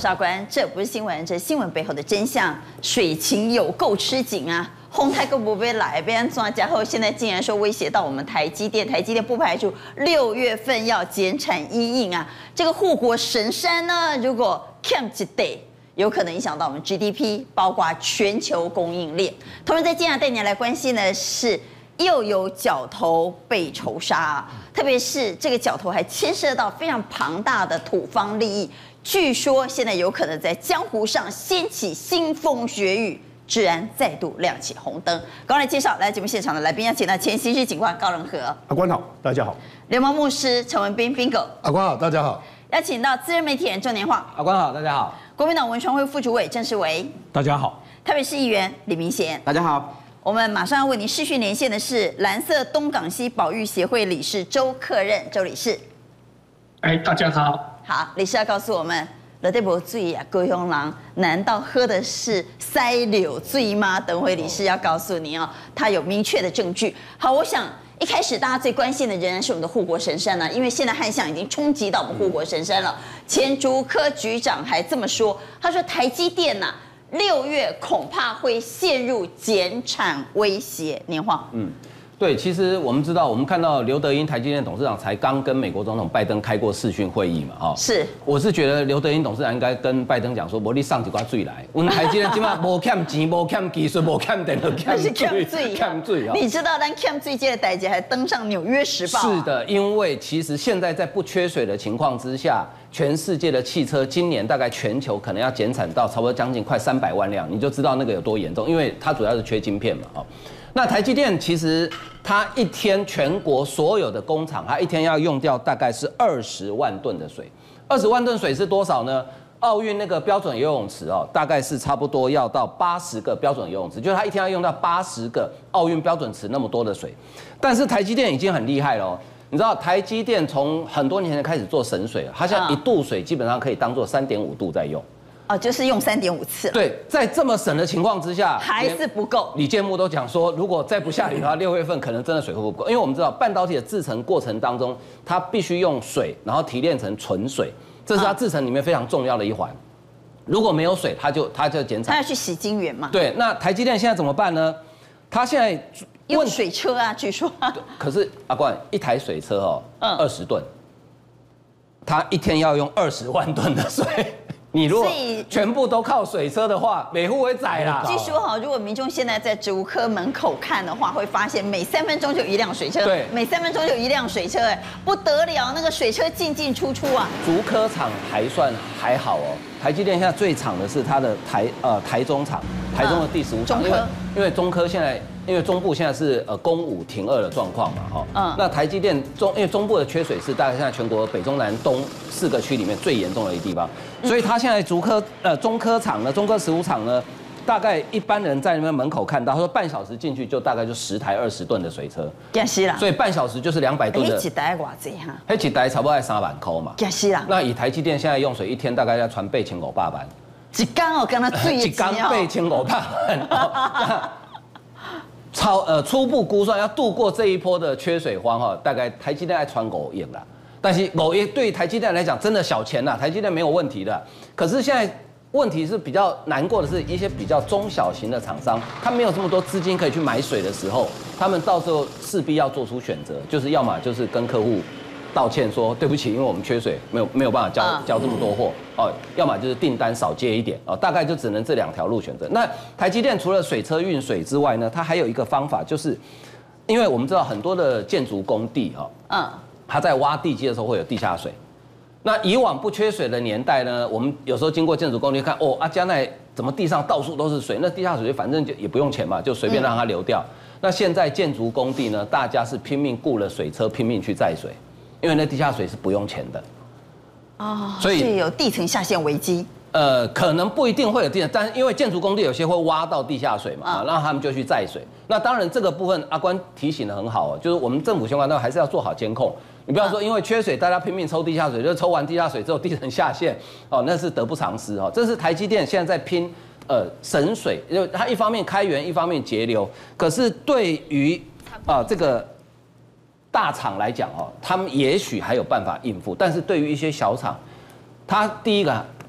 是阿关，这不是新闻，这是新闻背后的真相。水情有够吃紧啊！宏泰够不被来，被安抓家后，现在竟然说威胁到我们台积电，台积电不排除6月份要减产因应啊！这个护国神山呢，如果 cam 一 day， 有可能影响到我们 GDP， 包括全球供应链。同时，在接下来带您来关心的是。又有角头被仇杀啊！特别是这个角头还牵涉到非常庞大的土方利益，据说现在有可能在江湖上掀起腥风血雨，治安再度亮起红灯。刚来介绍来节目现场的来宾，要请到前刑事警官高仁和， 阿关好，大家好； 联盟牧师陈文彬 Bingo， 阿关好，大家好； 邀请到资深媒体人郑年晃， 阿关好，大家好； 国民党文传会副主委郑世维， 大家好； 台北市议员李明贤， 大家好。 我们马上要为您视讯连线的是蓝色东港西保育协会理事周克任周理事。 大家好。 好，理事要告诉我们，热得无水啊，高雄人难道喝的是塞柳水吗？等会理事要告诉您哦，他有明确的证据。好，我想一开始大家最关心的仍然是我们的护国神山呢，因为现在旱象已经冲击到我们护国神山了。前竹科局长还这么说，他说台积电呐。6月恐怕会陷入减产威胁。年晃， 对，其实我们知道，我们看到刘德英台积电董事长才刚跟美国总统拜登开过视讯会议嘛， 是， 我是觉得刘德英董事长应该跟拜登讲说，你上几挂水来，我们台积电今晚无欠钱，无欠技术，无欠电脑，欠水啊！ 你知道咱欠水这个代志还登上《纽约时报》？ 是的，因为其实现在在不缺水的情况之下。全世界的汽车今年大概全球可能要减产到差不多将近快300万辆，你就知道那个有多严重，因为它主要是缺晶片嘛，那台积电其实它一天全国所有的工厂，它一天要用掉大概是20万吨的水，20万吨水是多少呢？奥运那个标准游泳池大概是差不多要到80个标准游泳池，就是它一天要用到80个奥运标准池那么多的水，但是台积电已经很厉害了。你知道台积电从很多年前开始做省水了，它现在1度水基本上可以当做3.5度在用， 就是用3.5次。 对，在这么省的情况之下， 还是不够。 李建木都讲说，如果再不下雨的话，6月份可能真的水会不够，因为我们知道半导体的制程过程当中，它必须用水，然后提炼成纯水，这是它制程里面非常重要的一环。如果没有水，它就减产。 它要去洗晶圆嘛？ 对，那台积电现在怎么办呢？它现在用水车啊，据说。 可是阿冠，一台水车20吨，它一天要用20万吨的水。你如果全部都靠水车的话，每户会宰啦。 据说如果民众现在在竹科门口看的话，会发现每3分钟就一辆水车，对，每3分钟就一辆水车，不得了，那个水车进进出出啊。 竹科厂还好哦，台积电现在最厂的是它的台中厂，台中的第15厂，因为中科现在。因为中部现在是供5停2的状况嘛，那台积电因为中部的缺水是大概现在全国北中南东4个区里面最严重的一个地方，所以它现在中科厂呢，中科15厂呢，大概一般人在那边门口看到，他说半小时进去就大概就10台20吨的水车，所以半小时就是200吨的。 一台多少哈？ 一台差不多要3万块嘛。 那以台积电现在用水一天大概要传8500班， 一天跟它最一天8500班。初步估算要度过这一波的缺水荒大概台积电要传5亿啦。但是5亿对台积电来讲真的小钱啦，台积电没有问题的。可是现在问题是比较难过的是一些比较中小型的厂商，他没有这么多资金可以去买水的时候，他们到时候势必要做出选择，就是要么就是跟客户道歉说对不起，因为我们缺水，没有办法交这么多货要么就是订单少接一点大概就只能这2条路选择。那台积电除了水车运水之外呢，它还有一个方法，就是因为我们知道很多的建筑工地它在挖地基的时候会有地下水。那以往不缺水的年代呢，我们有时候经过建筑工地看嘉奈怎么地上到处都是水，那地下水反正就也不用钱嘛，就随便让它流掉。那现在建筑工地呢，大家是拼命雇了水车，拼命去载水。因为那地下水是不用钱的， 所以有地层下陷危机。 可能不一定会有地层，但是因为建筑工地有些会挖到地下水嘛，那他们就去载水。那当然这个部分阿关提醒的很好就是我们政府相关单位还是要做好监控。你不要说因为缺水，大家拼命抽地下水，就抽完地下水之后地层下陷，那是得不偿失这是台积电现在在拼省水，就它一方面开源，一方面节流。可是对于这个大厂来讲他们也许还有办法应付，但是对于一些小厂，它第一个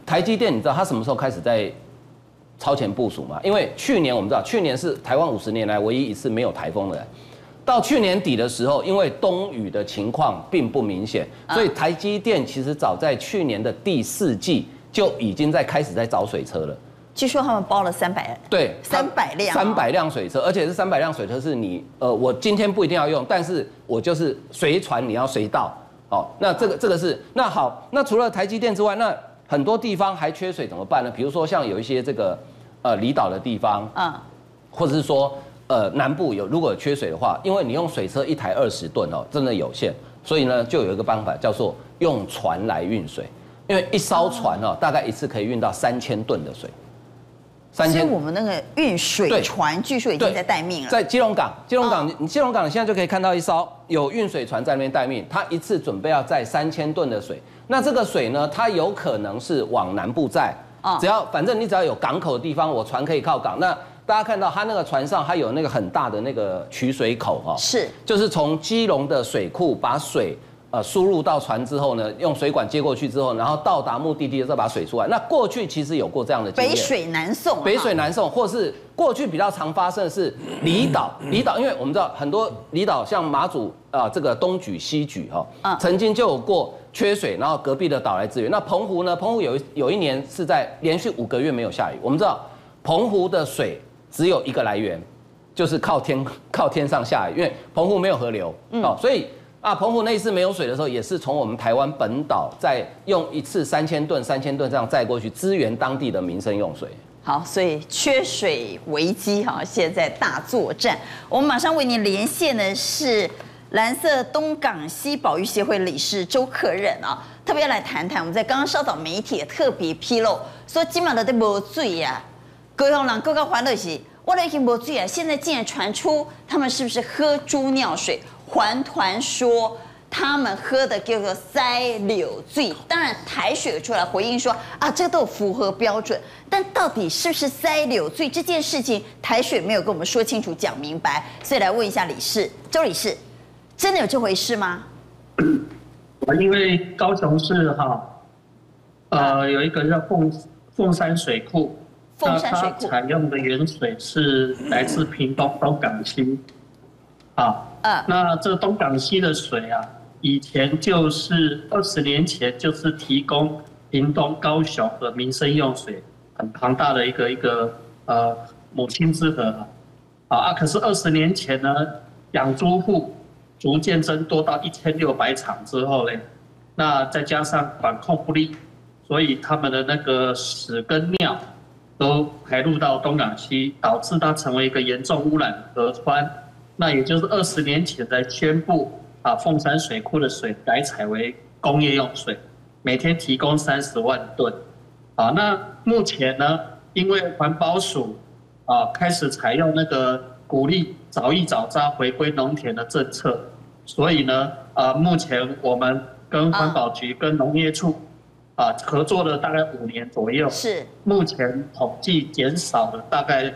台积电，你知道它什么时候开始在超前部署吗？因为去年我们知道，去年是台湾50年来唯一一次没有台风的。到去年底的时候，因为冬雨的情况并不明显，所以台积电其实早在去年的第4季就已经开始在找水车了。 据说他们包了300， 对 ，300辆 ，300辆水车，而且是300辆水车是你我今天不一定要用，但是我就是随传你要随到。哦，那这个是那好，那除了台积电之外，那很多地方还缺水怎么办呢？比如说像有一些这个离岛的地方，或者是说南部如果有缺水的话，因为你用水车一台20吨哦，真的有限，所以呢就有一个办法叫做用船来运水，因为一艘船哦大概一次可以运到3000吨的水。 所以我们那个运水船据说已经在待命了， 在基隆港，基隆港你现在就可以看到一艘有运水船在那边待命，它一次准备要载3000吨的水。那这个水呢，它有可能是往南部载，反正你只要有港口的地方，我船可以靠港。那大家看到它那个船上，它有那个很大的那个取水口哦， 是， 就是从基隆的水库把水输入到船之后呢，用水管接过去之后，然后到达目的地再把水出来。那过去其实有过这样的经验， 北水南送， 北水南送，或是过去比较常发生的是离岛，因为我们知道很多离岛，像马祖这个东莒、西莒曾经就有过缺水，然后隔壁的岛来支援。那澎湖呢？澎湖有一年是在连续5个月没有下雨。我们知道澎湖的水只有一个来源，就是靠天上下雨，因为澎湖没有河流，所以。澎湖那一次没有水的时候，也是从我们台湾本岛再用一次3000吨这样载过去，支援当地的民生用水。 好，所以缺水危机现在大作战。我们马上为您连线的是蓝色东港西保育协会理事周克任特别来谈谈。我们在刚刚稍早媒体也特别披露说，今晚的没水呀，高雄人更加欢乐是，我已经没水啊，现在竟然传出他们是不是喝猪尿水？环团说他们喝的叫做塞柳水，当然台水出来回应说这都符合标准，但到底是不是塞柳水这件事情，台水没有跟我们说清楚讲明白，所以来问一下周理事，真的有这回事吗？ 因为高雄市有一个叫凤山水库， 凤山水库它采用的原水是来自屏东东港溪。那这个东港溪的水以前就是20年前就是提供屏东、高雄的民生用水很庞大的一个母亲之河可是20年前呢，养猪户逐渐增多到1600场之后呢，那再加上管控不力，所以他们的那个屎跟尿都排入到东港溪，导致它成为一个严重污染河川。那也就是20年前才宣布凤山水库的水改采为工业用水，每天提供30万吨。那目前呢，因为环保署开始采用那个鼓励早育早扎回归农田的政策，所以呢目前我们跟环保局跟农业处合作了大概5年左右， 是目前统计减少了大概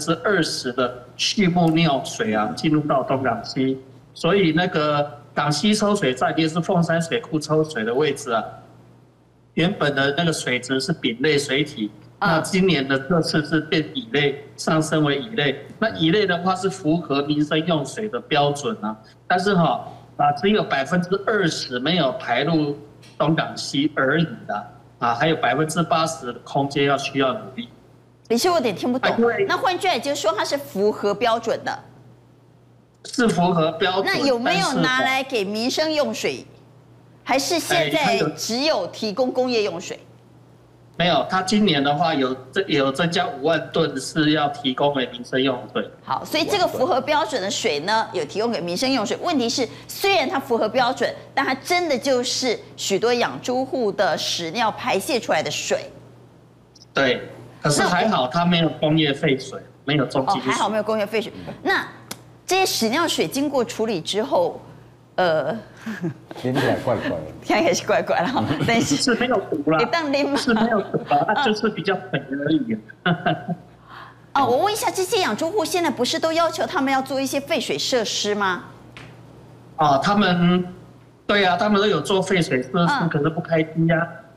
20%的畜牧尿水进入到东港溪，所以那个港溪抽水站也是凤山水库抽水的位置原本的那个水质是丙类水体，那今年的这次是变乙类，上升为乙类。那乙类的话是符合民生用水的标准但是只有20%没有排入东港溪而已还有80%的空间需要努力。 理事，我有点听不懂。那换句话也就是说，它是符合标准的， 是符合标准。 那有没有拿来给民生用水，还是现在只有提供工业用水？ 没有，它今年的话有增加5万吨是要提供给民生用水。 好，所以这个符合标准的水呢，有提供给民生用水。问题是，虽然它符合标准，但它真的就是许多养猪户的屎尿排泄出来的水。 对，可是还好它没有工业废水，没有重金属。 还好没有工业废水。那这些屎尿水经过处理之后， 听起来怪怪的， 听起来是怪怪的，但是是没有毒啦，是没有毒啦，就是比较肥而已。 我问一下，这些养猪户现在不是都要求他们要做一些废水设施吗？ 他们对他们都有做废水设施，可是不开机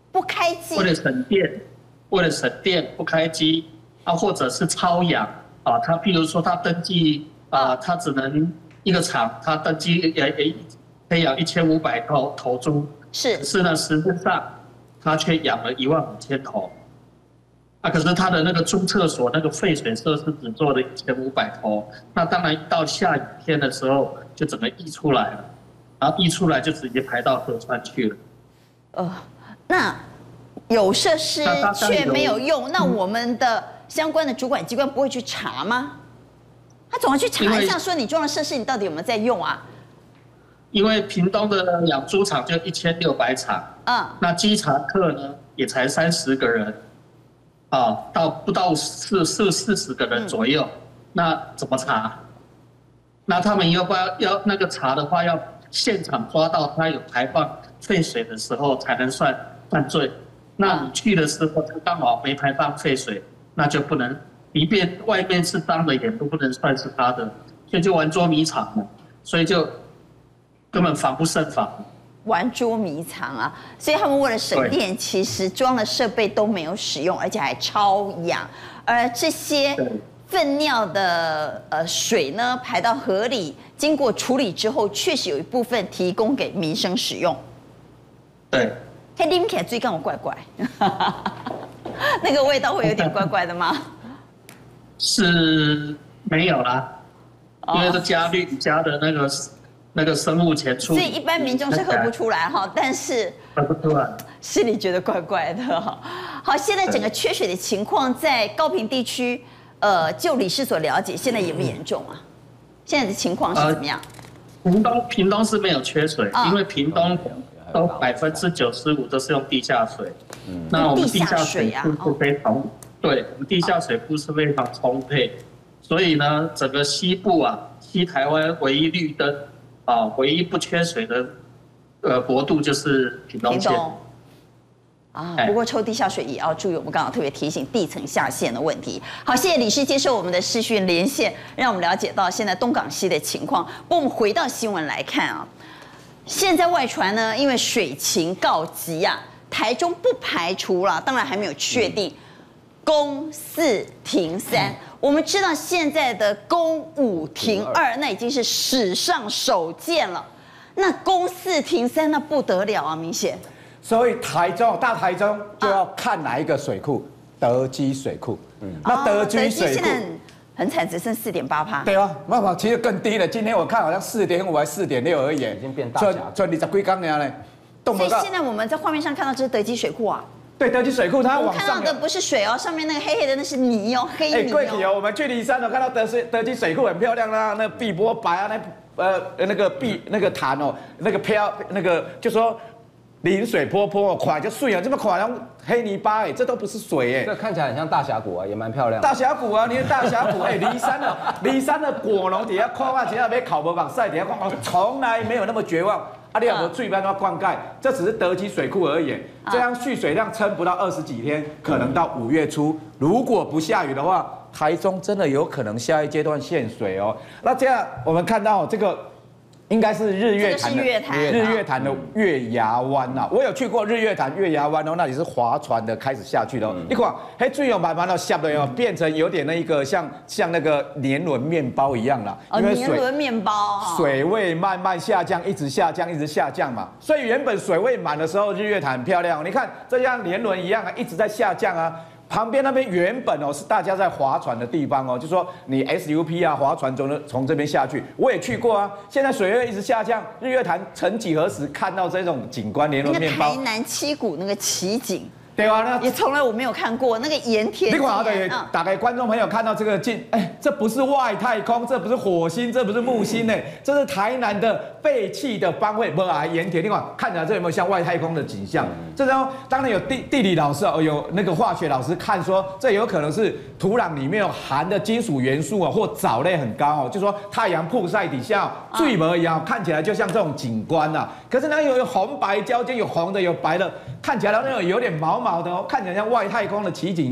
不开机， 为了省电不开机啊，或者是超氧啊，他譬如说他登记啊，他只能一个厂他登记可以养1500头猪，可是呢，实际上他却养了15000头。可是他的那个猪厕所那个废水设施只做了1500头，那当然到下雨天的时候就整个溢出来了，然后溢出来就直接排到河川去了。 那有设施却没有用，那我们的相关的主管机关不会去查吗？他总要去查一下，说你装了设施，你到底有没有在用啊？ 因为屏东的养猪场就1600场，那稽查课呢也才30个人，不到40个人左右，那怎么查？那他们要那个查的话，要现场抓到他有排放废水的时候才能算犯罪。那你去的时候他刚好没排放废水，那就不能，即便外面是脏的，也都不能算是他的，所以就玩捉迷藏了，所以就根本防不胜防。 玩捉迷藏啊！所以他们为了省电，其实装了设备都没有使用，而且还超氧。而这些粪尿的水呢，排到河里，经过处理之后，确实有一部分提供给民生使用。 对。 嘿，你们看最近我怪怪，那个味道会有点怪怪的吗？ 是没有啦，因为是加氯加的那个生物前处理， 所以一般民众是喝不出来哈，但是喝不出来， 心里觉得怪怪的哈。好，现在整个缺水的情况在高屏地区，就理事所了解，现在严不严重啊？现在的情况是怎么样？ 屏东是没有缺水，因为屏东都95%都是用地下水。那我们地下水库是非常，对，我们地下水库是非常充沛，所以呢，整个西部西台湾唯一绿灯唯一不缺水的国度就是屏东县。 不过抽地下水也要注意，我们刚好特别提醒地层下陷的问题。好，谢谢理事接受我们的视讯连线，让我们了解到现在东港溪的情况。不过我们回到新闻来看啊，现在外传呢，因为水情告急台中不排除了，当然还没有确定公4停3。我们知道现在的公5停2，那已经是史上首见了。那公4停3，那不得了啊，明显。 所以大台中就要看哪一个水库，德基水库。那德基水库很惨，只剩4.8%。 对啊，那其实更低了。今天我看好像4.5还4.6而已，已经变大家。就20几公年嘞。 所以现在我们在画面上看到这是德基水库啊。 对，德基水库它往上。 看到的不是水哦，上面那个黑黑的那是泥哦，黑泥哦。 贵体哦，我们去梨山看到德基水库很漂亮啦，那碧波白那个潭哦，那个漂那个就说。临水坡快就水这么快，然后黑泥巴这都不是水这看起来很像大峡谷也蛮漂亮。 大峡谷你的大峡谷梨山的果农底下看底下被烤不绑晒底下看，从来没有那么绝望。你有没有水般要灌溉？这只是德基水库而已，这样蓄水量撑不到20几天，可能到5月初，如果不下雨的话，台中真的有可能下一阶段限水哦。那这样我们看到这个。应该是日月潭的月牙湾我有去过日月潭月牙湾那里是划船的开始下去的你看，水慢慢下的变成有点那个像那个年轮面包一样啦， 因为年轮面包水位慢慢下降，一直下降嘛，所以原本水位满的时候，日月潭很漂亮你看这像年轮一样一直在下降旁边那边原本是大家在划船的地方就说你 SUP 划船从这边下去，我也去过现在水位一直下降，日月潭曾几何时看到这种景观年轮面包？ 那个台南七股那个奇景。 对啊， 也从来我没有看过那个盐田。 你看打给观众朋友看到这个这不是外太空，这不是火星，这不是木星这是台南的废弃的方位，不盐田。你看起来这有没有像外太空的景象？这时候当然有地理老师有那个化学老师看说，这有可能是土壤里面含的金属元素或藻类很高就说太阳曝晒底下最模一样，看起来就像这种景观可是呢有红白交间，有红的有白的，看起来那种有点毛毛的看起来像外太空的奇景一样。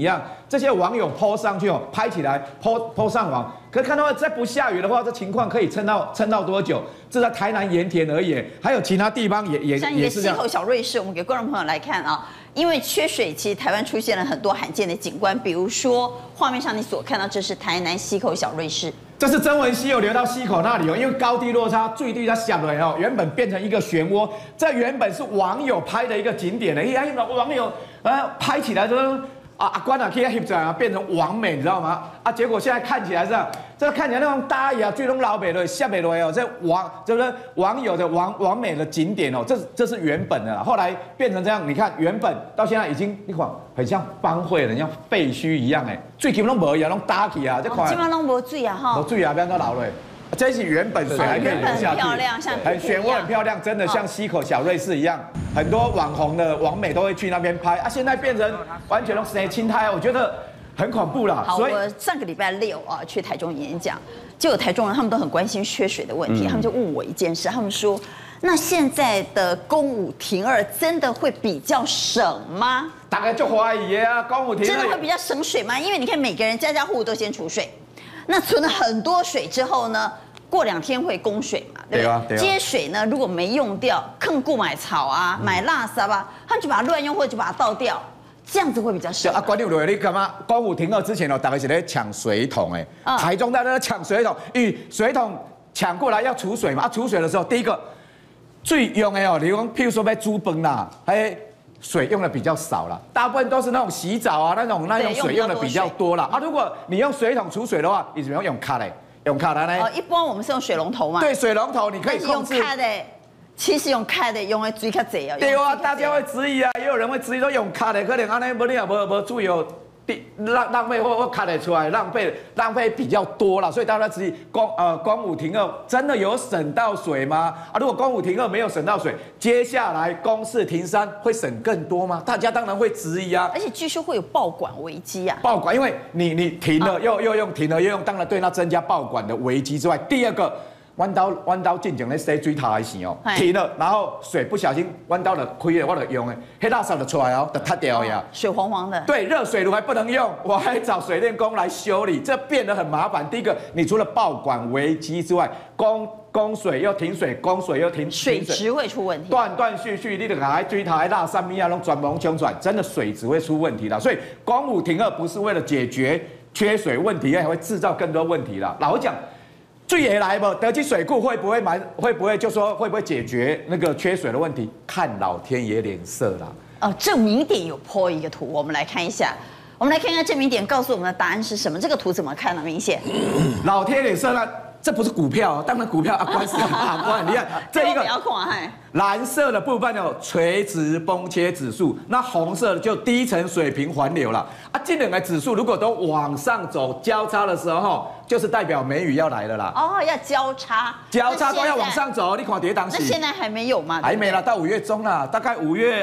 这些网友 po 上去哦，拍起来 po 上网。可看到再不下雨的话，这情况可以撑到多久？这在台南盐田而已，还有其他地方也像一个是这样。 溪口小瑞士，我们给观众朋友来看啊，因为缺水，其实台湾出现了很多罕见的景观，比如说画面上你所看到，这是台南溪口小瑞士。 这是曾文溪有流到溪口那里哦，因为高低落差最低它下来哦，原本变成一个漩涡，这原本是网友拍的一个景点的，网友拍起来就是阿关啊，可以翕出来啊，变成完美，你知道吗？啊，结果现在看起来是这样，这看起来那种大野啊，最终老北的下北来哦，就是网友的完美的景点哦，这是原本的啦，后来变成这样，你看原本到现在已经你看很像荒废了，像废墟一样哎，最起码拢无呀，拢打起啊，这款。 基本上拢无水啊哈。 无水啊，不要说老了。这是原本水还可以流下去， 很漂亮，像很漩涡，很漂亮，真的像溪口小瑞士一样，很多网红的网美都会去那边拍啊。现在变成完全都是青苔，我觉得很恐怖啦。 好，我上个礼拜六啊去台中演讲，就有台中人他们都很关心缺水的问题，他们就问我一件事，他们说，那现在的公五停二真的会比较省吗？ 大概就怀疑啊，公五停二真的会比较省水吗？因为你看每个人家户户都先储水。那存了很多水之后呢，过2天会供水嘛，对不对？ 对啊。 这些水呢，如果没用掉，坑顾买草啊，买垃圾啊，他们就把它乱用，或者就把它倒掉，这样子会比较省。 啊，关键你干嘛？公五停二之前哦，大概是在抢水桶哎，台中大家在抢水桶，因为水桶抢过来要储水嘛，啊，储水的时候，第一个最用的哦，你讲譬如说要煮饭啦，水用的比较少了，大部分都是那种洗澡啊那种水用的比较多了啊。如果你用水桶储水的话，你怎么用卡嘞？用卡的呢？ 一般我们是用水龙头嘛。 对，水龙头你可以控制。 用卡的，其实用卡的用的水较济啊。 对啊，大家会质疑啊，也有人会质疑说用卡的可能安尼你也无注意哦。浪费或看得出来，浪费比较多了，所以大家质疑公五停二真的有省到水吗？啊，如果公五停二没有省到水，接下来公四停三会省更多吗？大家当然会质疑啊。 而且据说会有爆管危机啊。 爆管，因为你停了又用，停了又用，当然对它增加爆管的危机之外，第二个。弯刀进前咧洗水塔的时候停了，然后水不小心弯刀的开了，我就用的，黑垃圾就出来哦，就塌掉呀， 水黄黄的。 对，热水炉还不能用，我还找水电工来修理，这变得很麻烦。第一个，你除了爆管危机之外，供水又停水，供水又停水质会出问题， 断续，你的海水塔还拉三米啊，拢转蒙冲转，真的水质会出问题的。所以公五停二不是为了解决缺水问题，还会制造更多问题啦。老实讲。最也来不，德基水库会不会就说会不会解决那个缺水的问题？看老天爷脸色啦。 证明点有 po 一个图，我们来看一下。我们来看看证明点告诉我们的答案是什么。这个图怎么看呢？明显， 老天脸色啦，这不是股票，当然股票官司法官，你看这一个蓝色的部分有垂直崩切指数，那红色的就低层水平环流了啊。这两个指数如果都往上走交叉的时候，就是代表梅雨要来了啦。 要交叉都要往上走，你看跌档。 那现在还没有吗？ 还没啦，到5月中啦，大概5月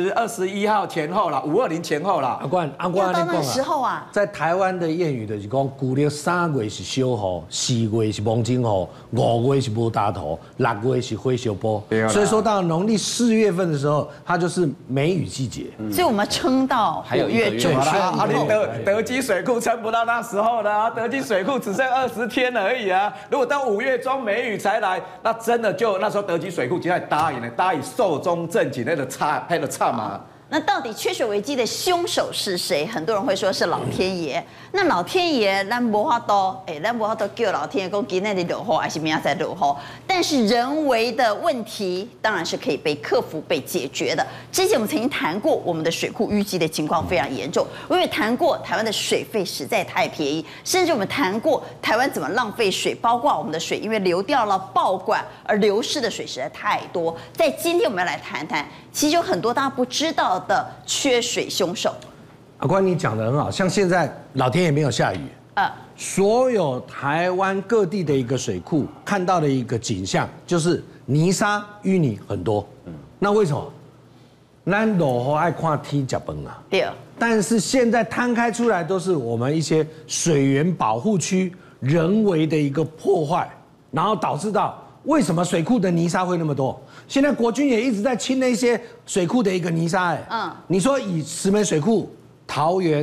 20、21号前后啦，520前后啦。 阿冠， 要到那时候啊， 在台湾的谚语就是讲，旧历3月是小雨，4月是蒙金雨，5月是无大头，6月是灰小波。所以说到农历4月份的时候，它就是梅雨季节。 所以我们撑到5月中啊，你德基水库撑不到那时候的啊，德基水库只剩20天而已啊。如果到5月中梅雨才来，那真的就那时候德基水库就在答应寿终正寝那个差嘛。 那到底缺水危机的凶手是谁？很多人会说是老天爷。那老天爷，咱无法度，咱无法度叫老天爷讲今天的落雨还是明天再落雨。但是人为的问题当然是可以被克服、被解决的。之前我们曾经谈过，我们的水库淤积的情况非常严重。我们也谈过台湾的水费实在太便宜，甚至我们谈过台湾怎么浪费水，包括我们的水因为流掉了爆管而流失的水实在太多。在今天我们要来谈谈，其实有很多大家不知道的缺水凶手。 阿关，你讲得很好，像现在老天也没有下雨，所有台湾各地的一个水库看到的一个景象就是泥沙淤泥很多。那为什么？咱落雨爱看天吃饭啊。 对。 但是现在摊开出来都是我们一些水源保护区人为的一个破坏，然后导致到为什么水库的泥沙会那么多？现在国军也一直在清那些水库的一个泥沙。你说以石门水库、桃园、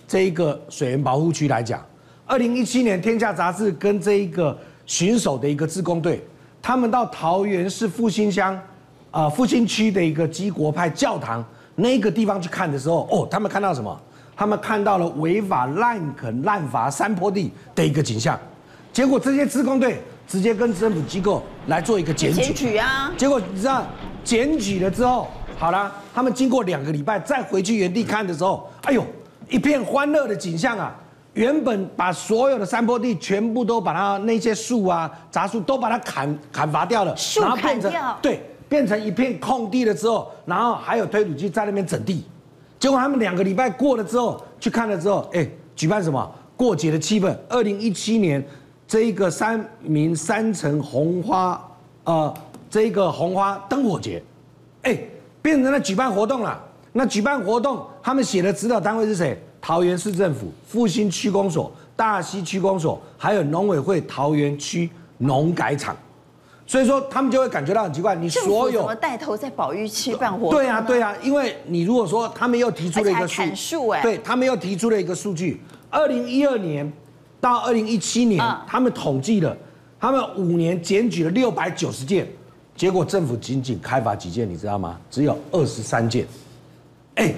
这一个水源保护区来讲，2017年《天下》杂志跟这一个巡守的一个志工队，他们到桃园市复兴乡，复兴区的一个基国派教堂那个地方去看的时候，哦，他们看到什么？他们看到了违法滥垦滥伐山坡地的一个景象。结果这些志工队直接跟政府机构来做一个检举。 检举啊！ 结果你知道，检举了之后，好了，他们经过2个礼拜再回去原地看的时候，哎呦，一片欢乐的景象啊！原本把所有的山坡地全部都把它那些树啊、杂树都把它砍伐掉了， 树砍掉， 对，变成一片空地了之后，然后还有推土机在那边整地。结果他们2个礼拜过了之后去看了之后，哎，举办什么过节的气氛？2017年。这一个3民3层红花，这一个红花灯火节，哎，变成了举办活动了。那举办活动，他们写的指导单位是谁？桃园市政府、复兴区公所、大溪区公所，还有农委会桃园区农改场。所以说，他们就会感觉到很奇怪，你所有怎么带头在保育区办活动？ 对啊，对啊，因为你如果说他们又提出了一个砍树，哎， 对他们又提出了一个数据，2012年。到2017年，他们统计了，他们5年检举了690件，结果政府仅开罚几件，你知道吗？只有23件。哎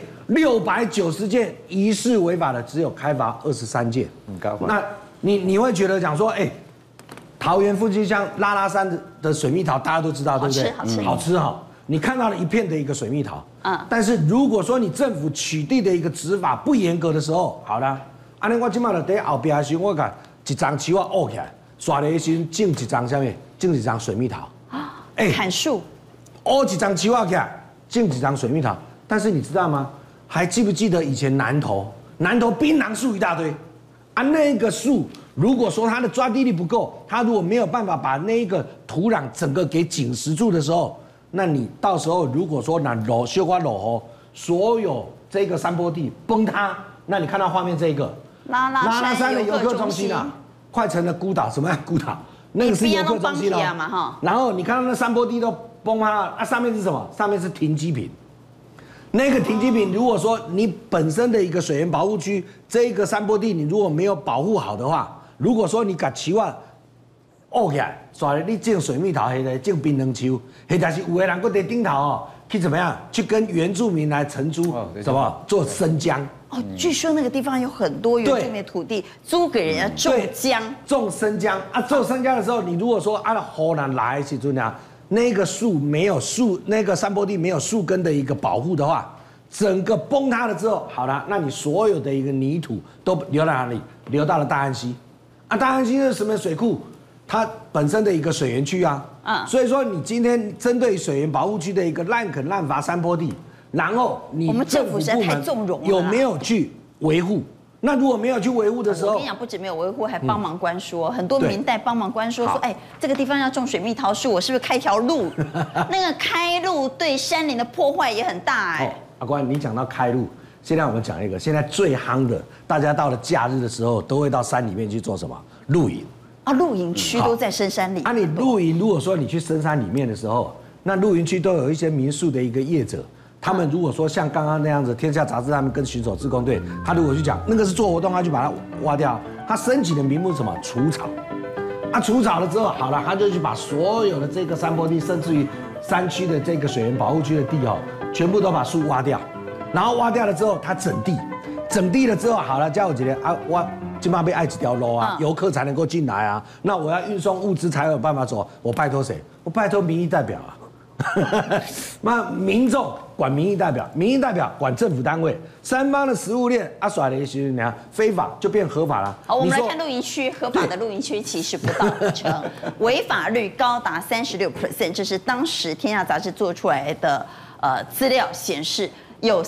，690件疑似违法的，只有开罚23件。那你会觉得讲说，哎，桃园复兴乡拉拉山的水蜜桃大家都知道，对不对？好吃哈。你看到了一片的一个水蜜桃，但是如果说你政府取缔的一个执法不严格的时候，好了。安尼我今麦就在后边的时候，我甲一张树啊挖起来，刷了一时种一张什么？种一张水蜜桃。 哎，砍树， 挖一张树啊起来，种一张水蜜桃。但是你知道吗？还记不记得以前南投槟榔树一大堆啊？那个树如果说它的抓地力不够，它如果没有办法把那个土壤整个给紧实住的时候，那你到时候如果说那小瓜落后，所有这个山坡地崩塌，那你看到画面这个。拉拉山的游客中心啊，快成了孤岛。什么样孤岛？那个是游客中心哦。然后你看到那山坡地都崩塌了，啊，上面是什么？上面是停机坪。那个停机坪，如果说你本身的一个水源保护区，这一个山坡地你如果没有保护好的话，如果说你把树啊挖起来，耍你种水蜜桃，或者种槟榔树，或者是有的人搁在顶头哦，去怎么样？去跟原住民来承租什么做生姜。 哦，据说那个地方有很多原住民的土地租给人家种姜、 种生姜啊。种生姜的时候，你如果说按河南来的时候呢，那个树没有树，那个山坡地没有树根的一个保护的话，整个崩塌了之后，好了，那你所有的一个泥土都流到哪里？流到了大安溪。啊，大安溪是什么水库？它本身的一个水源区啊。所以说你今天针对水源保护区的一个滥垦滥伐山坡地。然后我们政府实在太纵容了， 有没有去维护？那如果没有去维护的时候， 我跟你讲，不止没有维护，还帮忙关说，很多民代帮忙关说，哎，这个地方要种水蜜桃树，我是不是开条路？那个开路对山林的破坏也很大哎。 阿关，你讲到开路，现在我们讲一个现在最夯的，大家到了假日的时候都会到山里面去做什么？露营啊，露营区都在深山里。 啊，你露营，如果说你去深山里面的时候，那露营区都有一些民宿的一个业者。他们如果说像刚刚那样子，《天下》杂志他们跟巡守志工队，他如果去讲那个是做活动，他就把它挖掉。他申请的名目是什么？除草。啊，除草了之后，好了，他就去把所有的这个山坡地，甚至于山区的这个水源保护区的地哦，全部都把树挖掉。然后挖掉了之后，他整地，整地了之后，好了，叫我几天啊，我今晚被爱几条路啊，游客才能够进来啊。那我要运送物资才有办法走，我拜托谁？我拜托民意代表啊。那民众管民意代表，民意代表管政府单位，三方的食物链啊甩了一些，你看非法就变合法了。 好，我们来看露营区，合法的露营区其实不到5成，违法率高达36%，这是当时《天下》杂志做出来的资料显示，有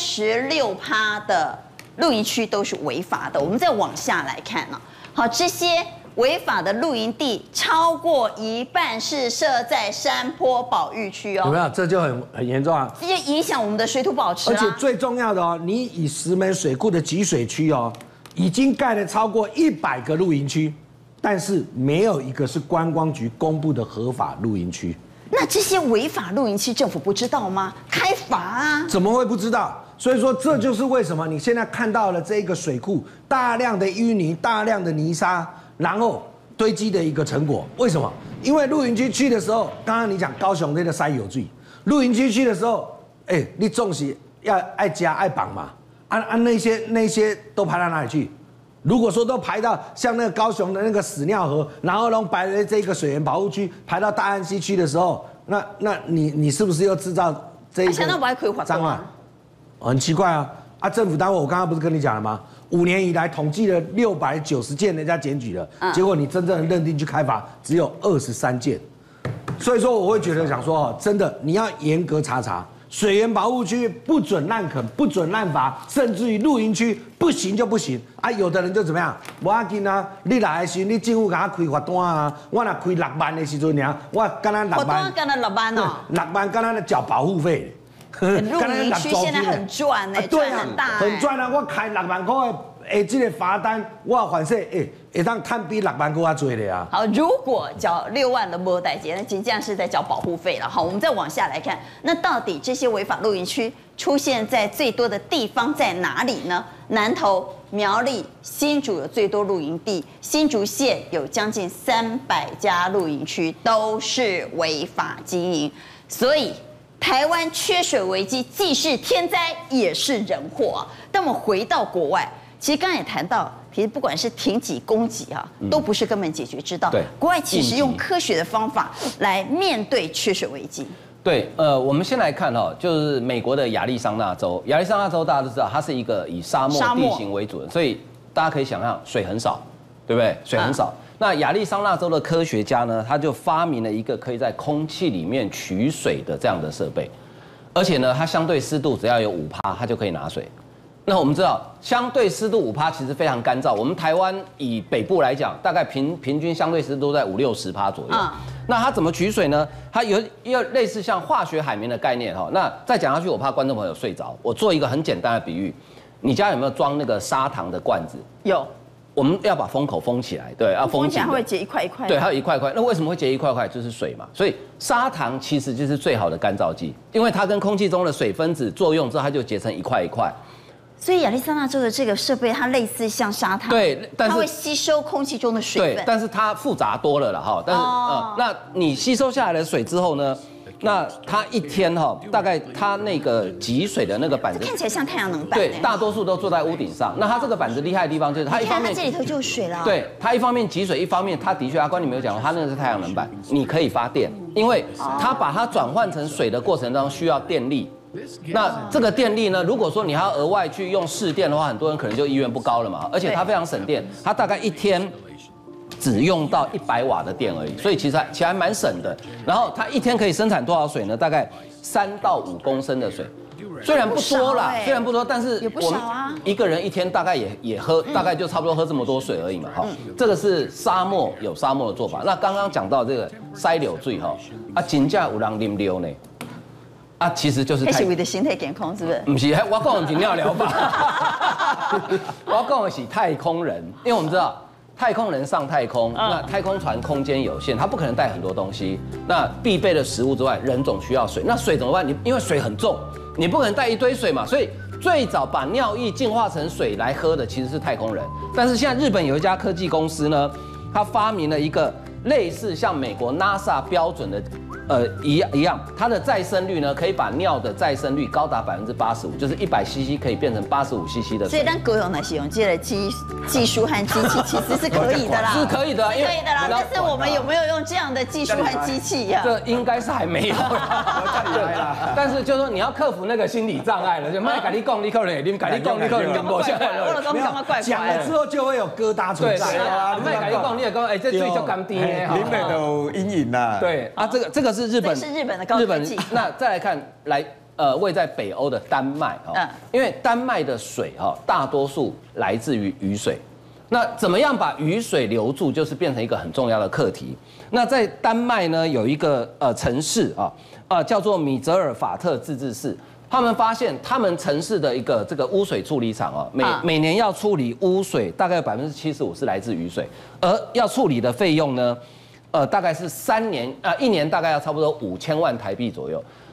36%的露营区都是违法的。我们再往下来看呢，好，这些违法的露营地超过一半是设在山坡保育区哦， 有没有？这就很严重啊！ 这就影响我们的水土保持而且最重要的哦，你以石门水库的集水区哦，已经盖了超过100个露营区，但是没有一个是观光局公布的合法露营区。 那这些违法露营区政府不知道吗？开罚啊！ 怎么会不知道？ 所以说这就是为什么你现在看到了这个水库大量的淤泥、大量的泥沙，然后堆积的一个成果。为什么？因为露营区去的时候，刚刚你讲高雄那个塞有罪，露营区去的时候，你重视要爱加爱绑嘛，那些都排到哪里去？如果说都排到像那个高雄的那个屎尿河，然后弄排在这个水源保护区，排到大安溪区的时候，那你是不是又制造这一个脏啊？很奇怪啊！政府单位我刚刚不是跟你讲了吗？5年以来统计了690件，人家检举了，结果你真正认定去开罚只有23件，所以说我会觉得想说真的你要严格查。水源保护区不准滥垦，不准滥伐，甚至于露营区不行就不行啊！有的人就怎么样，无要紧啊！你来的时候，你政府给他开罚单啊！我若开6万的时阵呢，我干那6万， 罚单干那6万哦 ，6万干那缴保护费。 露营区现在很赚呢，赚很大， 很赚啊！我开6万块的这个罚单，我反正会当赚比6万块多的啊。 好，如果缴6万的没代结，那真正是在缴保护费了。好，我们再往下来看，那到底这些违法露营区出现在最多的地方在哪里呢？南投、苗栗、新竹有最多露营地，新竹县有将近300家露营区都是违法经营，所以台湾缺水危机既是天灾也是人祸啊。但我们回到国外，其实刚才也谈到，其实不管是停几供给啊，都不是根本解决之道。 对， 国外其实用科学的方法来面对缺水危机。 对，我们先来看就是美国的亚利桑那州。亚利桑那州大家都知道，它是一个以沙漠地形为主的，所以大家可以想象水很少，对不对？水很少。那亚利桑那州的科学家呢，他就发明了一个可以在空气里面取水的这样的设备，而且呢，它相对湿度只要有5%，它就可以拿水。那我们知道，相对湿度5%其实非常干燥。我们台湾以北部来讲，大概平均相对湿度在50-60%左右。那它怎么取水呢？它有一个类似像化学海绵的概念哈。那再讲下去，我怕观众朋友睡着。我做一个很简单的比喻，你家有没有装那个砂糖的罐子？ 有。 我们要把封口封起来，对，要封起来。 封起来会结一块一块。 对，它有一块块。那为什么会结一块块？就是水嘛。所以砂糖其实就是最好的干燥剂，因为它跟空气中的水分子作用之后，它就结成一块一块。 所以亚利桑那州的这个设备，它类似像砂糖， 对，但是它会吸收空气中的水分。 对，但是它复杂多了哈。但是那你吸收下来的水之后呢？那它一天大概它那个集水的那个板子看起来像太阳能板。 对，大多数都坐在屋顶上。那它这个板子厉害的地方就是它一方面这里头就有水了。 对，它一方面集水，一方面它的确阿关你没有讲，它那个是太阳能板，你可以发电，因为它把它转换成水的过程当中需要电力。那这个电力呢，如果说你还要额外去用市电的话，很多人可能就意愿不高了嘛。而且它非常省电，它大概一天只用到100瓦的电而已，所以其实还蛮省的。然后它一天可以生产多少水呢？大概3到5公升的水，虽然不多啦，虽然不多，但是我们一个人一天大概也喝，大概就差不多喝这么多水而已嘛。好，这个是沙漠有沙漠的做法。那刚刚讲到这个塞柳水真正有人啉溜呢。其实就是是为了身体健康，是不是？ 不是，我讲的是尿疗法，我讲的是太空人，因为我们知道太空人上太空，那太空船空间有限，它不可能带很多东西。那必备的食物之外，人总需要水。那水怎么办？因为水很重，你不可能带一堆水嘛，所以最早把尿液净化成水来喝的其实是太空人。但是现在日本有一家科技公司呢，它发明了一个类似像美国 NASA 标准的。一样，它的再生率呢，可以把尿的再生率高达85%，就是100cc 可以变成85cc 的水。 所以，咱各用来使用这个技术和机器，其实是可以的啦， 是可以的， 可以的啦。但是我们有没有用这样的技术和机器呀？ 这应该是还没有。但是就是说你要克服那个心理障碍了，就麦卡利贡立刻人，你卡利贡立刻人跟我现在讲了之后就会有疙瘩存在啊。麦卡利贡你也讲，这水就干爹， 林北都有阴影啦。 对啊，这个是日本的高科技。 那再来看位在北欧的丹麦因为丹麦的水大多数来自于雨水。那怎么样把雨水留住，就是变成一个很重要的课题。那在丹麦呢，有一个城市叫做米泽尔法特自治市。他们发现，他们城市的一个这个污水处理厂每年要处理污水，大概75%是来自雨水，而要处理的费用呢，大概是1年大概要差不多5000万台币左右。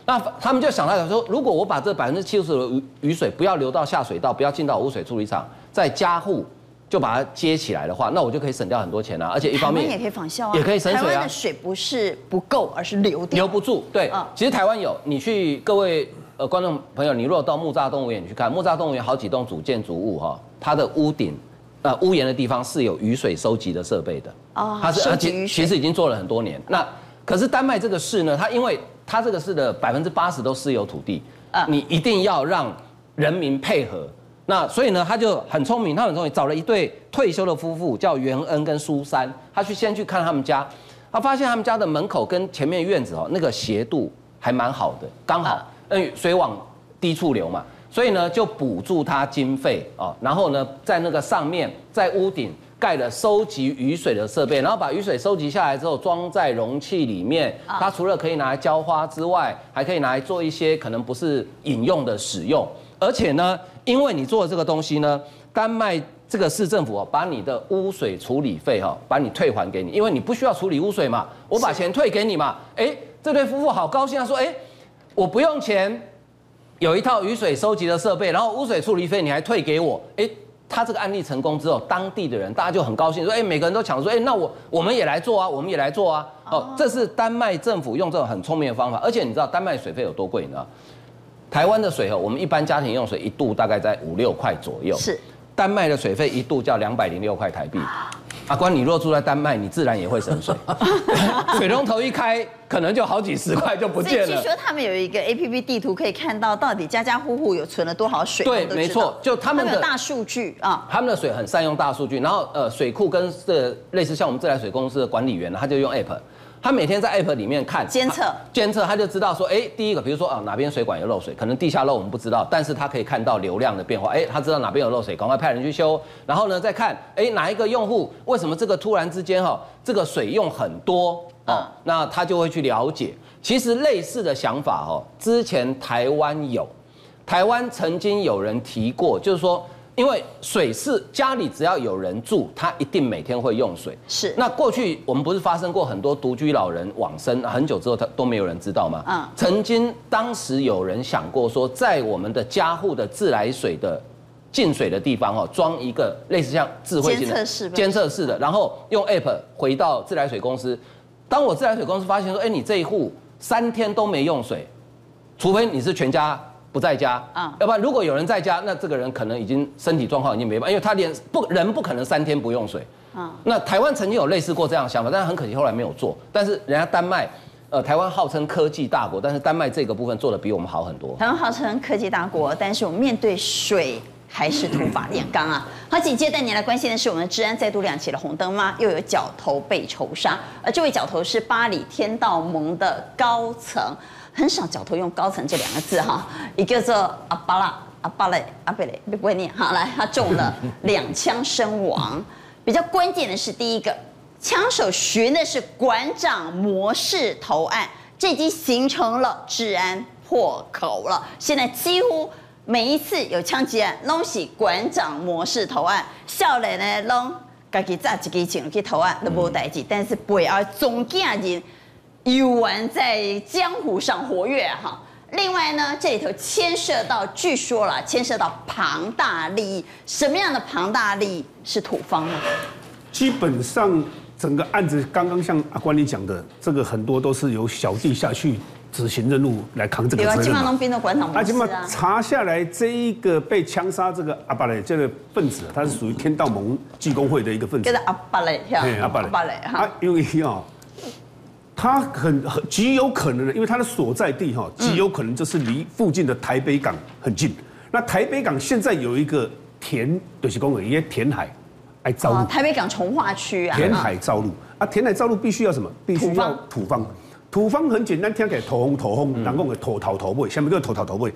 那他们就想到说，如果我把这70%的雨水不要流到下水道，不要进到污水处理厂，在家户就把它接起来的话，那我就可以省掉很多钱啊。而且一方面台湾也可以仿效啊， 也可以省水啊。 台湾的水不是不够，而是流掉， 留不住。对，其实台湾有，你去各位观众朋友，你如果到木栅动物园去看，木栅动物园好几栋主建筑物哈，它的屋顶。屋檐的地方是有雨水收集的设备的，它是其实已经做了很多年。那可是丹麦这个市呢，因为它这个市的80%都私有土地，你一定要让人民配合。那所以呢，他就很聪明，找了一对退休的夫妇，叫袁恩跟苏珊，他先去看他们家，他发现他们家的门口跟前面院子那个斜度还蛮好的，刚好，水往低处流嘛。所以呢，就补助他经费然后呢，在那个上面，在屋顶盖了收集雨水的设备，然后把雨水收集下来之后，装在容器里面。它除了可以拿来浇花之外，还可以拿来做一些可能不是饮用的使用。而且呢，因为你做的这个东西呢，丹麦这个市政府把你的污水处理费把你退还给你，因为你不需要处理污水嘛，我把钱退给你嘛。这对夫妇好高兴啊，说我不用钱。有一套雨水收集的设备，然后污水处理费你还退给我，他这个案例成功之后，当地的人大家就很高兴，说，每个人都抢说，那我们也来做啊，我们也来做啊，这是丹麦政府用这种很聪明的方法，而且你知道丹麦水费有多贵呢？台湾的水我们一般家庭用水一度大概在5、6块左右，是，丹麦的水费一度叫206块台币。阿关，你若住在丹麦，你自然也会省水。水龙头一开，可能就好几10块就不见了。 所以据说他们有一个 APP 地图，可以看到到底家家户户有存了多少水。 对，没错，就他们的大数据啊， 他们的水很善用大数据，然后水库跟类似像我们自来水公司的管理员，他就用 App。他每天在 App 里面看监测，他就知道说，第一个，比如说哪边水管有漏水，可能地下漏我们不知道，但是他可以看到流量的变化，他知道哪边有漏水，赶快派人去修。然后呢，再看，哪一个用户为什么这个突然之间这个水用很多那他就会去了解。其实类似的想法之前台湾曾经有人提过，就是说。因为水是家里只要有人住，他一定每天会用水。是。那过去我们不是发生过很多独居老人往生，很久之后他都没有人知道吗？曾经当时有人想过说，在我们的家户的自来水的进水的地方装一个类似像智慧型的监测式的，然后用 App 回到自来水公司。当我自来水公司发现说，你这一户3天都没用水，除非你是全家。不在家，要不然如果有人在家，那这个人可能已经身体状况已经没办法，因为他人不可能3天不用水。那台湾曾经有类似过这样的想法，但是很可惜后来没有做。但是人家丹麦，台湾号称科技大国，但是丹麦这个部分做得比我们好很多。 台湾号称科技大国，但是我们面对水还是土法炼钢啊。好，紧接着带你来关心的是，我们的治安再度亮起了红灯吗？又有角头被仇杀，而这位角头是巴黎天道盟的高层。很少角头用高层这2个字一个叫做阿巴雷，不会念来，他中了2枪身亡。比较关键的是，第一个，枪手循的是馆长模式投案，这已经形成了治安破口了。现在几乎每一次有枪击案，都是馆长模式投案，少年呢拢自己扎一支枪去投案都无代志，但是背后总家人。游玩在江湖上活跃另外呢，这里头牵涉到庞大利益，什么样的庞大利益是土方呢？ 基本上整个案子刚刚像阿关你讲的，这个很多都是由小弟下去执行任务来扛这个责任嘛。 金马农兵的馆长模式查下来这一个被枪杀这个阿巴雷这个分子，他是属于天道盟技工会的一个分子。 叫做阿巴雷， 阿巴雷因为他极有可能的，因为他的所在地极有可能就是离附近的台北港很近。那台北港现在有一个就是公园，也填海来造陆。 台北港从化区啊。 填海造陆填海造陆必须要什么？必须要土方。土方很简单，听起来土方，人讲的土头头尾，下面叫土头头尾。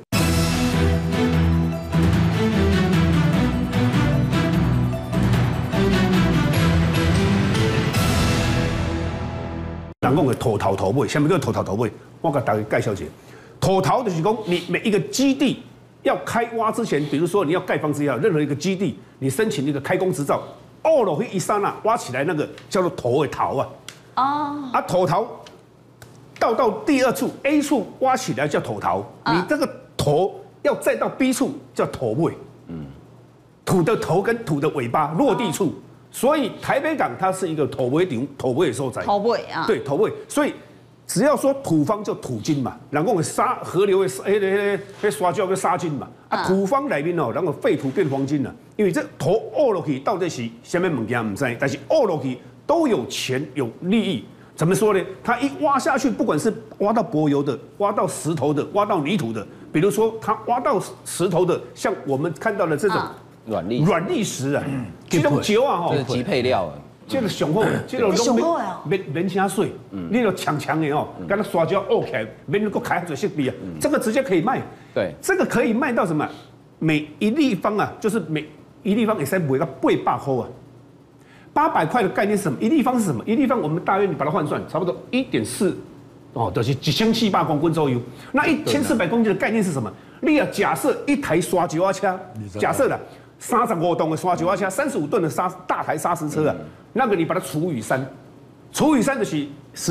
人讲的土头头尾，下面叫土头头尾，我给大家介绍一下。土头就是讲，你每一个基地要开挖之前，比如说你要盖房子也好，任何一个基地，你申请一个开工执照，落去一刹那挖起来那个叫做土的头土头， 倒到第二处 A 处挖起来叫头头，你这个头要再到 B 处叫头尾。土的头跟土的尾巴落地处，所以台北港它是一个头尾顶、头尾的所在。 头尾啊， 对，头尾，所以。只要说土方就土金嘛，然后沙河流的沙叫个沙金嘛，土方里面哦，然后废土变黄金了，因为这土挖落去到底是什么物件唔知，但是挖落去都有钱有利益。怎么说呢？它一挖下去，不管是挖到柏油的、挖到石头的、挖到泥土的，比如说它挖到石头的，像我们看到的这种软砾石啊， 这种石啊， 这是级配料啊。 这个上好的，这个免请水，你就强的哦，跟它刷胶沤起来，免够开水设备啊，这个直接可以卖。 对， 这个可以卖到什么？每一立方啊，就是每一立方也才卖个800块啊。800块的概念是什么？一立方是什么？一立方我们大约你把它换算，差不多1.4，哦，就是1700公分左右。那1400公斤的概念是什么？你要假设一台刷胶车，假设了。35吨的刷胶车，35吨的大台砂石车啊，那个你把它除以3，除以3就是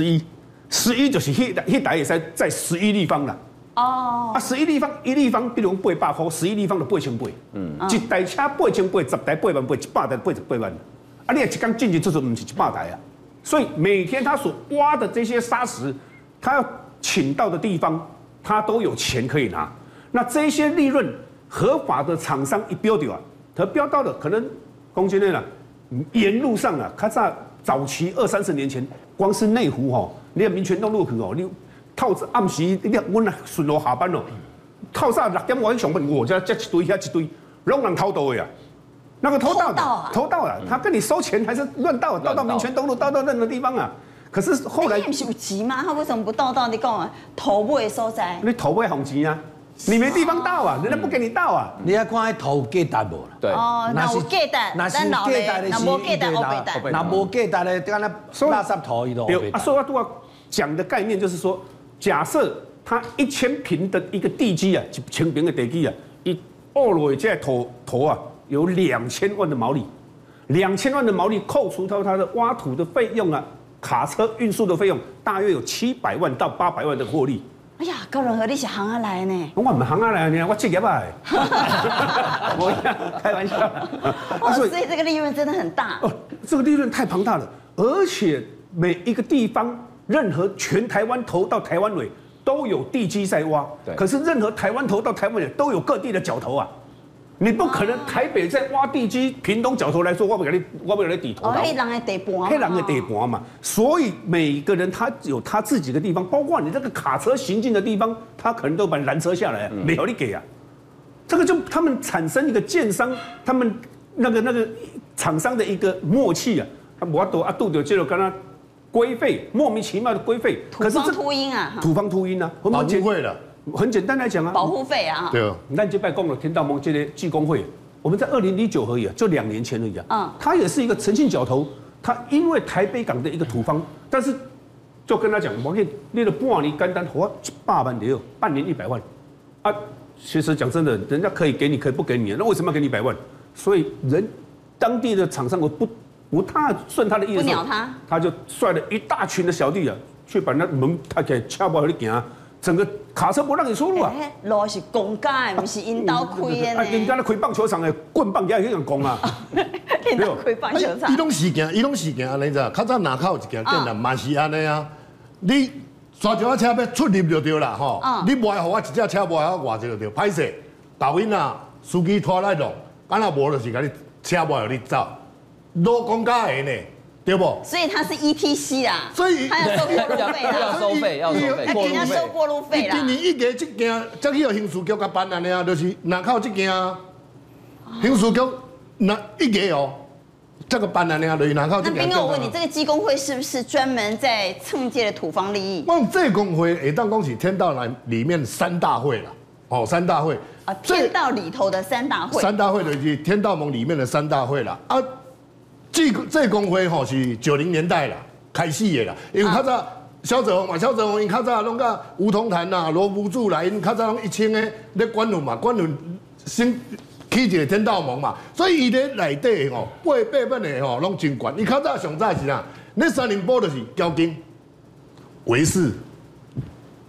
11就是那台也在11立方了。哦，啊，11立方一立方比如800块，11立方就8800。一台车8800，10台88000，100台88万。啊，你一天进去就是不是100台啊？所以每天他所挖的这些砂石，他要请到的地方，他都有钱可以拿。那这些利润，合法的厂商一标掉啊。他标到的可能公斤内了，沿路上啊，看在早期20-30年前，光是内湖哈，你看民权东路去哦，你透暗时你我顺路下班哦，透早6点我上班，我这一堆遐一堆，拢人偷盗的呀，那个偷盗了，他跟你收钱还是乱盗，盗到民权东路，盗到任何地方啊。可是后来你不是有急吗？他为什么不盗到你讲啊头尾所在？ 你头尾红钱啊？你没地方倒啊，人家不给你倒啊。 你要看头价值无啦？ 对。 哦，那有价值， 那是价值的， 那无价值我白搭。 那无价值的，干那垃圾头伊都白搭。 所以我都要讲的概念就是说，假设它1000坪的一个地基啊，1000坪的地基啊，一挖落去这头啊，有2000万的毛利，2000万的毛利扣除到它的挖土的费用啊，卡车运输的费用，大约有700万到800万的获利。 哎呀，高仁和你是行下来呢？ 我唔行下来呢，我职业啊。我开玩笑。 所以这个利润真的很大。 哦，这个利润太庞大了，而且每一个地方，任何全台湾头到台湾尾都有地基在挖。可是任何台湾头到台湾尾都有各地的角头啊。你不可能台北在挖地基，屏东角头来说，我不给你抵头。 黑人的地盘。 黑人的地盘嘛，所以每个人他有他自己的地方，包括你这个卡车行进的地方，他可能都把你拦车下来，没有你给啊。这个就他们产生一个建商，他们那个厂商的一个默契啊。我都杜掉这个跟他规费，莫名其妙的规费。 土方秃鹰啊。 土方秃鹰啊， 保护费了。 很简单来讲啊， 保护费啊， 对哦。那这拜供了天道盟这些技工会，我们在2009而已啊，就2年前而已啊。他也是一个诚信角头，他因为台北港的一个土方，但是就跟他讲，我给你列了半年干单，我100万的半年100万啊。其实讲真的，人家可以给你，可以不给你，那为什么要给你100万？所以当地的厂商我不太顺他的意思， 不鸟他就率了一大群的小弟啊，去把那门打开，敲不好你行。整个卡车不让你出入啊！ 路是公家的，不是引导开的呢。 人家咧开棒球场的棍棒也一样讲啊。 引导开棒球场。 伊拢是行安尼咋？较早南口有一间店啦，嘛是安尼啊。你刷一车要出入就对啦吼。你卖互我一只车，卖互我外一就对。歹势，导演啊，司机拖来弄，啊那无就是甲你车卖互你走，老公家的呢。对不？ 所以它是 ETC 啦， 所以它要收过路费啦， 要收费， 他给人家收过路费啦。 今年一个这件，才去有刑事局甲办安尼啊，就是南口这件啊，刑事局那一个哦，这个办安尼啊，就是南口这件。 那斌哥，我问你，这个基工会是不是专门在蹭借的土方利益？ 我们这个工会会当讲是天道里面3大会啦，哦，3大会啊，天道里头的3大会。 3大会就是天道盟里面的3大会啦啊。这工会吼是90年代啦开始的啦，因为较早萧泽宏因较早拢甲吴桐潭啦、罗福柱啦，因较早拢1,000个咧管理嘛，管理先起一个天道盟嘛，所以伊咧内底吼8本的吼拢真悬。伊较早上早是啥？那3林波就是交金、维氏、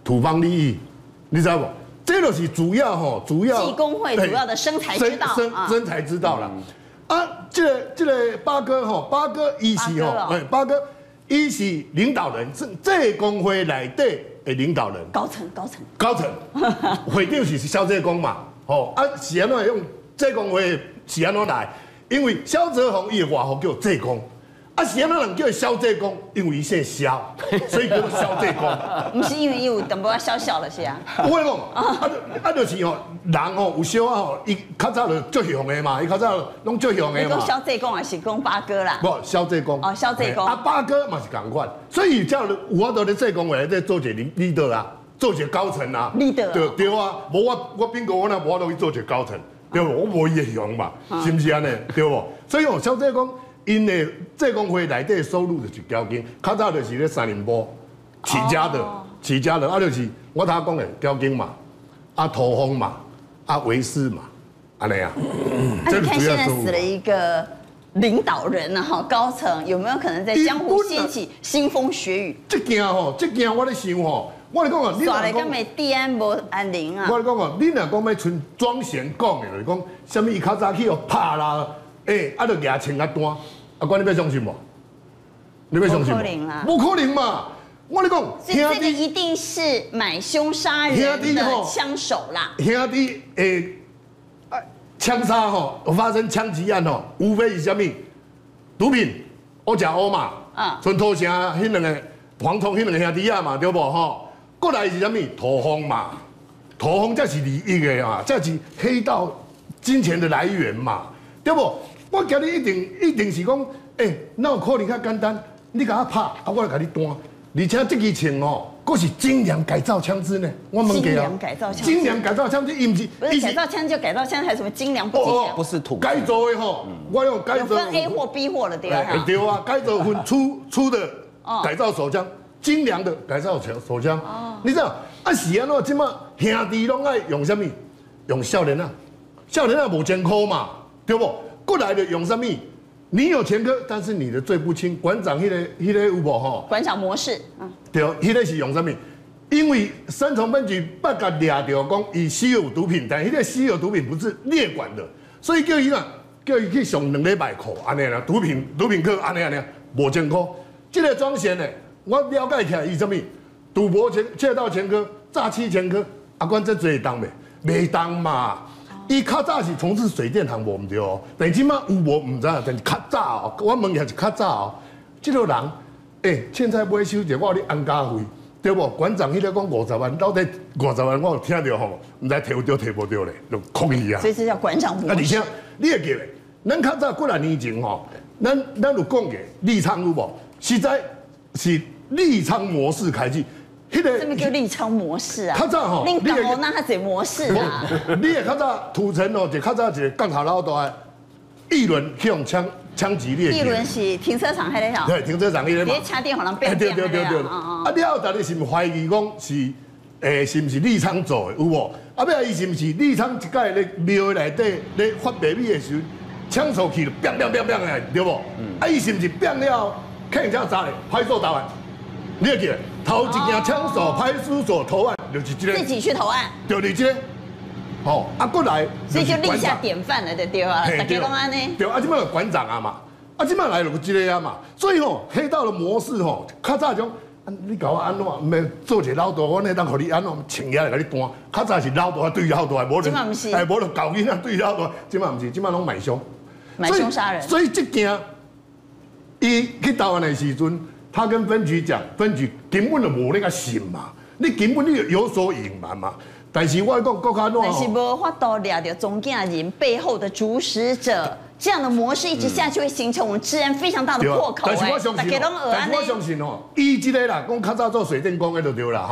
土方利益，你知道不？这就是主要技工会主要的生财之道生财之道啦。啊，这个八哥八哥伊是八哥伊是领导人，是这工会内底的领导人， 高层， 会长是萧浙公嘛，是安怎用这工会是安怎来？因为萧泽宏伊的外号叫浙公。是安怎人叫萧浙公？因为伊姓萧，所以叫做萧浙公。 不是因为伊有淡薄仔小了是啊。 我讲，就是人有小伊较早就足雄的嘛，伊较早拢足雄的嘛。 你讲萧浙公还是讲八哥啦？ 不，萧浙公。 萧浙公。 八哥嘛是同款，所以叫有法度咧浙公会在做一个leader啊，做一个高层啊。 leader。 对啊，无我边个我哪无法度去做一个高层，对不？我无伊的雄嘛，是不是安尼？对不？所以萧浙公。因的浙工会内底收入就是交金，较早就是咧三林波起家的，就是我头讲的交金嘛，土方嘛，维斯嘛，安尼啊。 你看现在死了一个领导人啊，高层有没有可能在江湖掀起腥风血雨？ 这件我咧想我咧讲啊， 耍来敢会治安无安宁啊？ 我咧讲啊，你若讲要像庄贤讲的，就是讲什么伊较早去拍啦。就牙签啊单，管你要相信无？你要相信无？不可能嘛！我跟你讲， 所以这个一定是买凶杀人的枪手啦。 兄弟，枪杀发生枪击案无非是什么？毒品、乌食乌嘛，村土城迄两个黄聪迄两个兄弟嘛，对不？过来是什么？土方嘛，土方才是利益的嘛，才是黑道金钱的来源嘛，对不？我今日一定是讲，哪有可能较简单？你甲我拍，我来甲你单，而且这支枪佫是精良改造枪支呢。我问精良改造枪支， 精良改造枪支，伊不是改造枪就改造枪，还有什么精良不精良？ 不是土改造的我用改造分 A 货 B 货了对吧？ 对啊，改造分粗的改造手枪，精良的改造手枪。你知道是安怎？即马兄弟拢爱用什么？用少年啊，少年啊无前科嘛，对不？过来的用什么？你有前科，但是你的罪不轻。馆长迄个有无馆长模式， 对，迄个是用什么？因为三重分局捌甲抓到讲伊吸有毒品，但迄个吸有毒品不是列管的，所以叫伊去上2礼拜课，安尼啦，毒品课安尼无前科。这个庄贤呢，我了解起来伊什么？赌博窃盗前科、诈欺前科，管这罪会当袂？袂当嘛。伊较早是从事水电行无毋对哦，但即马有无毋知，但是较早我问一下是较早这个人，凊彩买收者，我有你安家费，对不？馆长迄个讲50万，到底50万我有听到毋知摕有着摕无着咧，就抗议啊。 所以这叫馆长模式。 而且你会记咧，咱较早几来年前咱有讲过利昌有无？实在是利昌模式开始。 这么叫利昌模式啊？ 较早恁讲那他怎模式啊？ 你也较早土城就较早一个杠头老大，议论去用枪击你。 议论是停车场迄个吼。 对，停车场迄个嘛。 别车店可能变对。了后，大家是毋怀疑讲是是毋是利昌做的有无？尾伊是毋是利昌一届咧庙内底咧发白米的时候，枪手去就砰的，对不？伊是毋是砰了，客人家砸咧，派出所投案？你会记得？头一件枪手派出所投案，就是这个。 自己去投案。 就是这个。过来。 所以就立下典范了，对啊，大家拢安尼。 对，即摆有馆长啊嘛，即摆来就这个啊嘛，所以黑道的模式较早种，你搞我安怎，唔系做一个老大，我呢当互你安怎请下来甲你担。较早是老大对老大，无就无就搞囡仔对老大，即摆唔是，即摆拢买凶杀人。 所以这件，伊去投案的时阵。他跟分局讲，分局根本就无那个信嘛，你根本你有所隐瞒嘛。但是我讲， 但是无法度抓到中间人背后的主使者，这样的模式一直下去，会形成我们治安非常大的破口。 但是我相信伊这个啦，讲较早做水电工的就对啦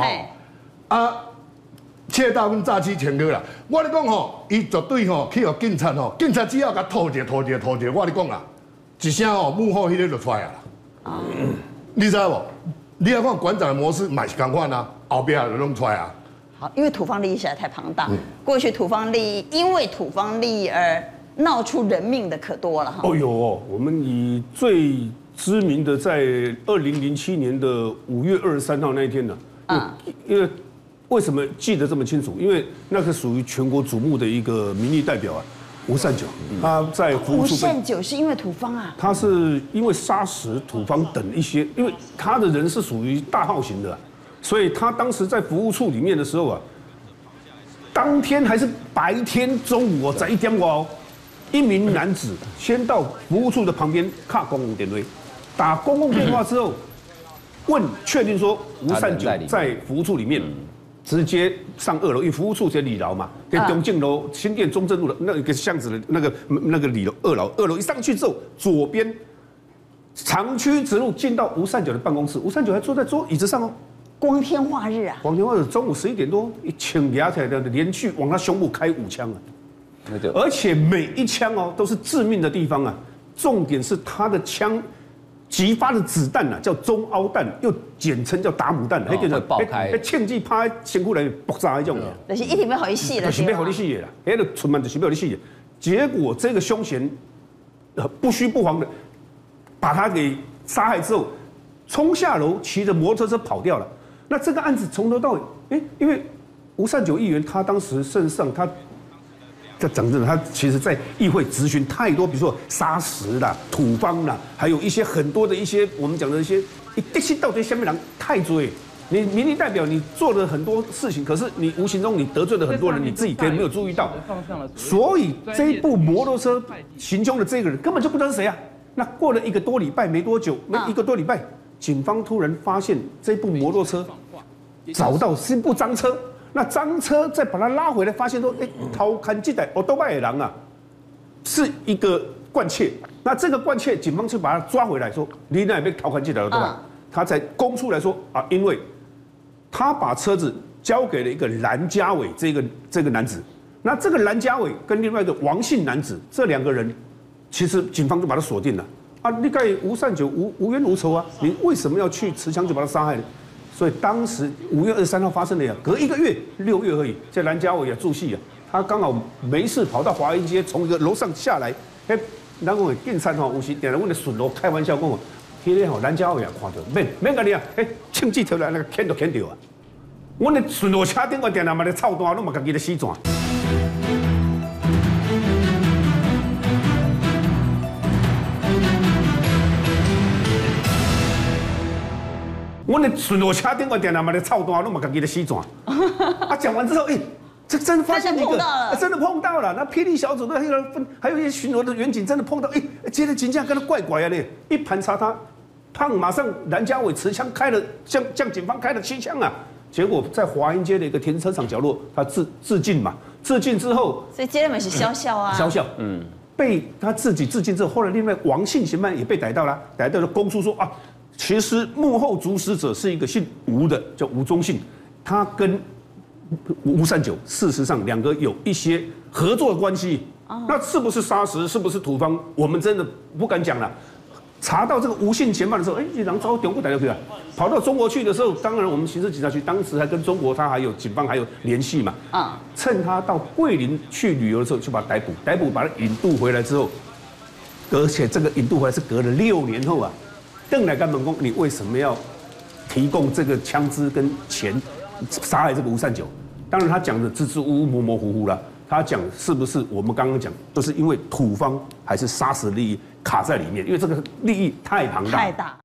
窃盗跟诈欺前科啦，我咧讲伊绝对去互警察警察只要甲拖一下，我咧讲啦，一声幕后迄个就出来啦。你知道不？你要看馆长的模式，嘛是同款啊，后边就弄出来啊。 好，因为土方利益实在太庞大，过去土方利益因为土方利益而闹出人命的可多了哈。 我们以最知名的在2007年的5月23号那一天呢，因为为什么记得这么清楚？因为那个属于全国瞩目的一个民意代表啊，吴善久，他在服务处。 吴善久是因为土方啊？ 他是因为砂石、土方等一些，因为他的人是属于大号型的，所以他当时在服务处里面的时候啊，当天还是白天中午哦，在1点哦，一名男子先到服务处的旁边卡公共电话，打公共电话之后，确定说吴善久在服务处里面。直接上2楼，因为服务处在2楼嘛，在中正楼新店中正路的那个巷子的那个2楼，2楼一上去之后，左边长驱直入进到吴善久的办公室，吴善久还坐在椅子上哦， 光天化日啊， 光天化日，中午11点多，一枪压起来的，连续往他胸部开5枪啊，而且每一枪哦都是致命的地方啊，重点是他的枪。击发的子弹呐，叫中凹弹，又简称叫达姆弹， 那个爆开， 枪击趴身躯来爆炸那种。 但是一定要好一死了， 是要好你死的啦，那个存满就是要你死的。结果这个凶嫌，不虚不防的把他给杀害之后，冲下楼，骑着摩托车跑掉了。那这个案子从头到尾，因为吴善久议员他当时身上他。讲真的，他其实在议会质询太多，比如说砂石啦、土方啦，还有一些很多的一些我们讲的一些一些到底下面人太追。你民意代表你做了很多事情，可是你无形中你得罪了很多人，你自己可以没有注意到。所以这一部摩托车行凶的这个人根本就不知道是谁啊。那过了1个多礼拜没多久，1个多礼拜，警方突然发现这部摩托车找到是一部赃车。那赃车再把他拉回来，发现说，偷看这台欧多拜的人啊，是一个惯窃。那这个惯窃，警方就把他抓回来，说你那边偷看这台欧多拜，他才供出来说啊，因为他把车子交给了一个蓝家伟这个男子。那这个蓝家伟跟另外一个王姓男子，这2个人，其实警方就把他锁定了。啊，你盖吴善久无冤无仇啊，你为什么要去持枪就把他杀害呢？所以当时5月23号发生的呀，隔1个月，6月而已，这蓝家伟也住戏啊，他刚好没事跑到华阴街，从一个楼上下来，然后警察有时点来问的顺路开玩笑讲，迄个蓝家伟也看到，免甲你啊，枪支条来那个牵就牵掉啊，我的顺路车顶我点来嘛咧操蛋，拢嘛家己咧死转。我的顺路车顶我点了嘛，咧操蛋，拢嘛家己咧死转。啊，讲完之后，这真的发现一个，真的碰到了。那霹雳小组的那个还有一些巡逻的员警真的碰到，接着警察跟他怪怪的，一盘查他，胖马上蓝家伟持枪开了，向警方开了7枪啊。结果在华阴街的一个停车场角落，他自尽嘛。自尽之后， 所以接着嘛是肖笑啊。 肖笑，被他自己自尽之后，后来另外王姓嫌犯也被逮到了，逮到了供出说啊。其实幕后主使者是一个姓吴的，叫吴宗信，他跟吴善久事实上2个有一些合作的关系。那是不是砂石，是不是土方，我们真的不敢讲了。查到这个吴姓嫌犯的时候，人找中国逮到去了，跑到中国去的时候，当然我们刑事警察局当时还跟中国他还有警方还有联系嘛。趁他到桂林去旅游的时候，就把他逮捕，把他引渡回来之后，而且这个引渡回来是隔了6年后啊。邓来跟本宫，你为什么要提供这个枪支跟钱杀害这个吴善久？当然他讲的支支吾吾、模模糊糊了。他讲是不是我们刚刚讲，都是因为土方还是砂石利益卡在里面？因为这个利益太庞大。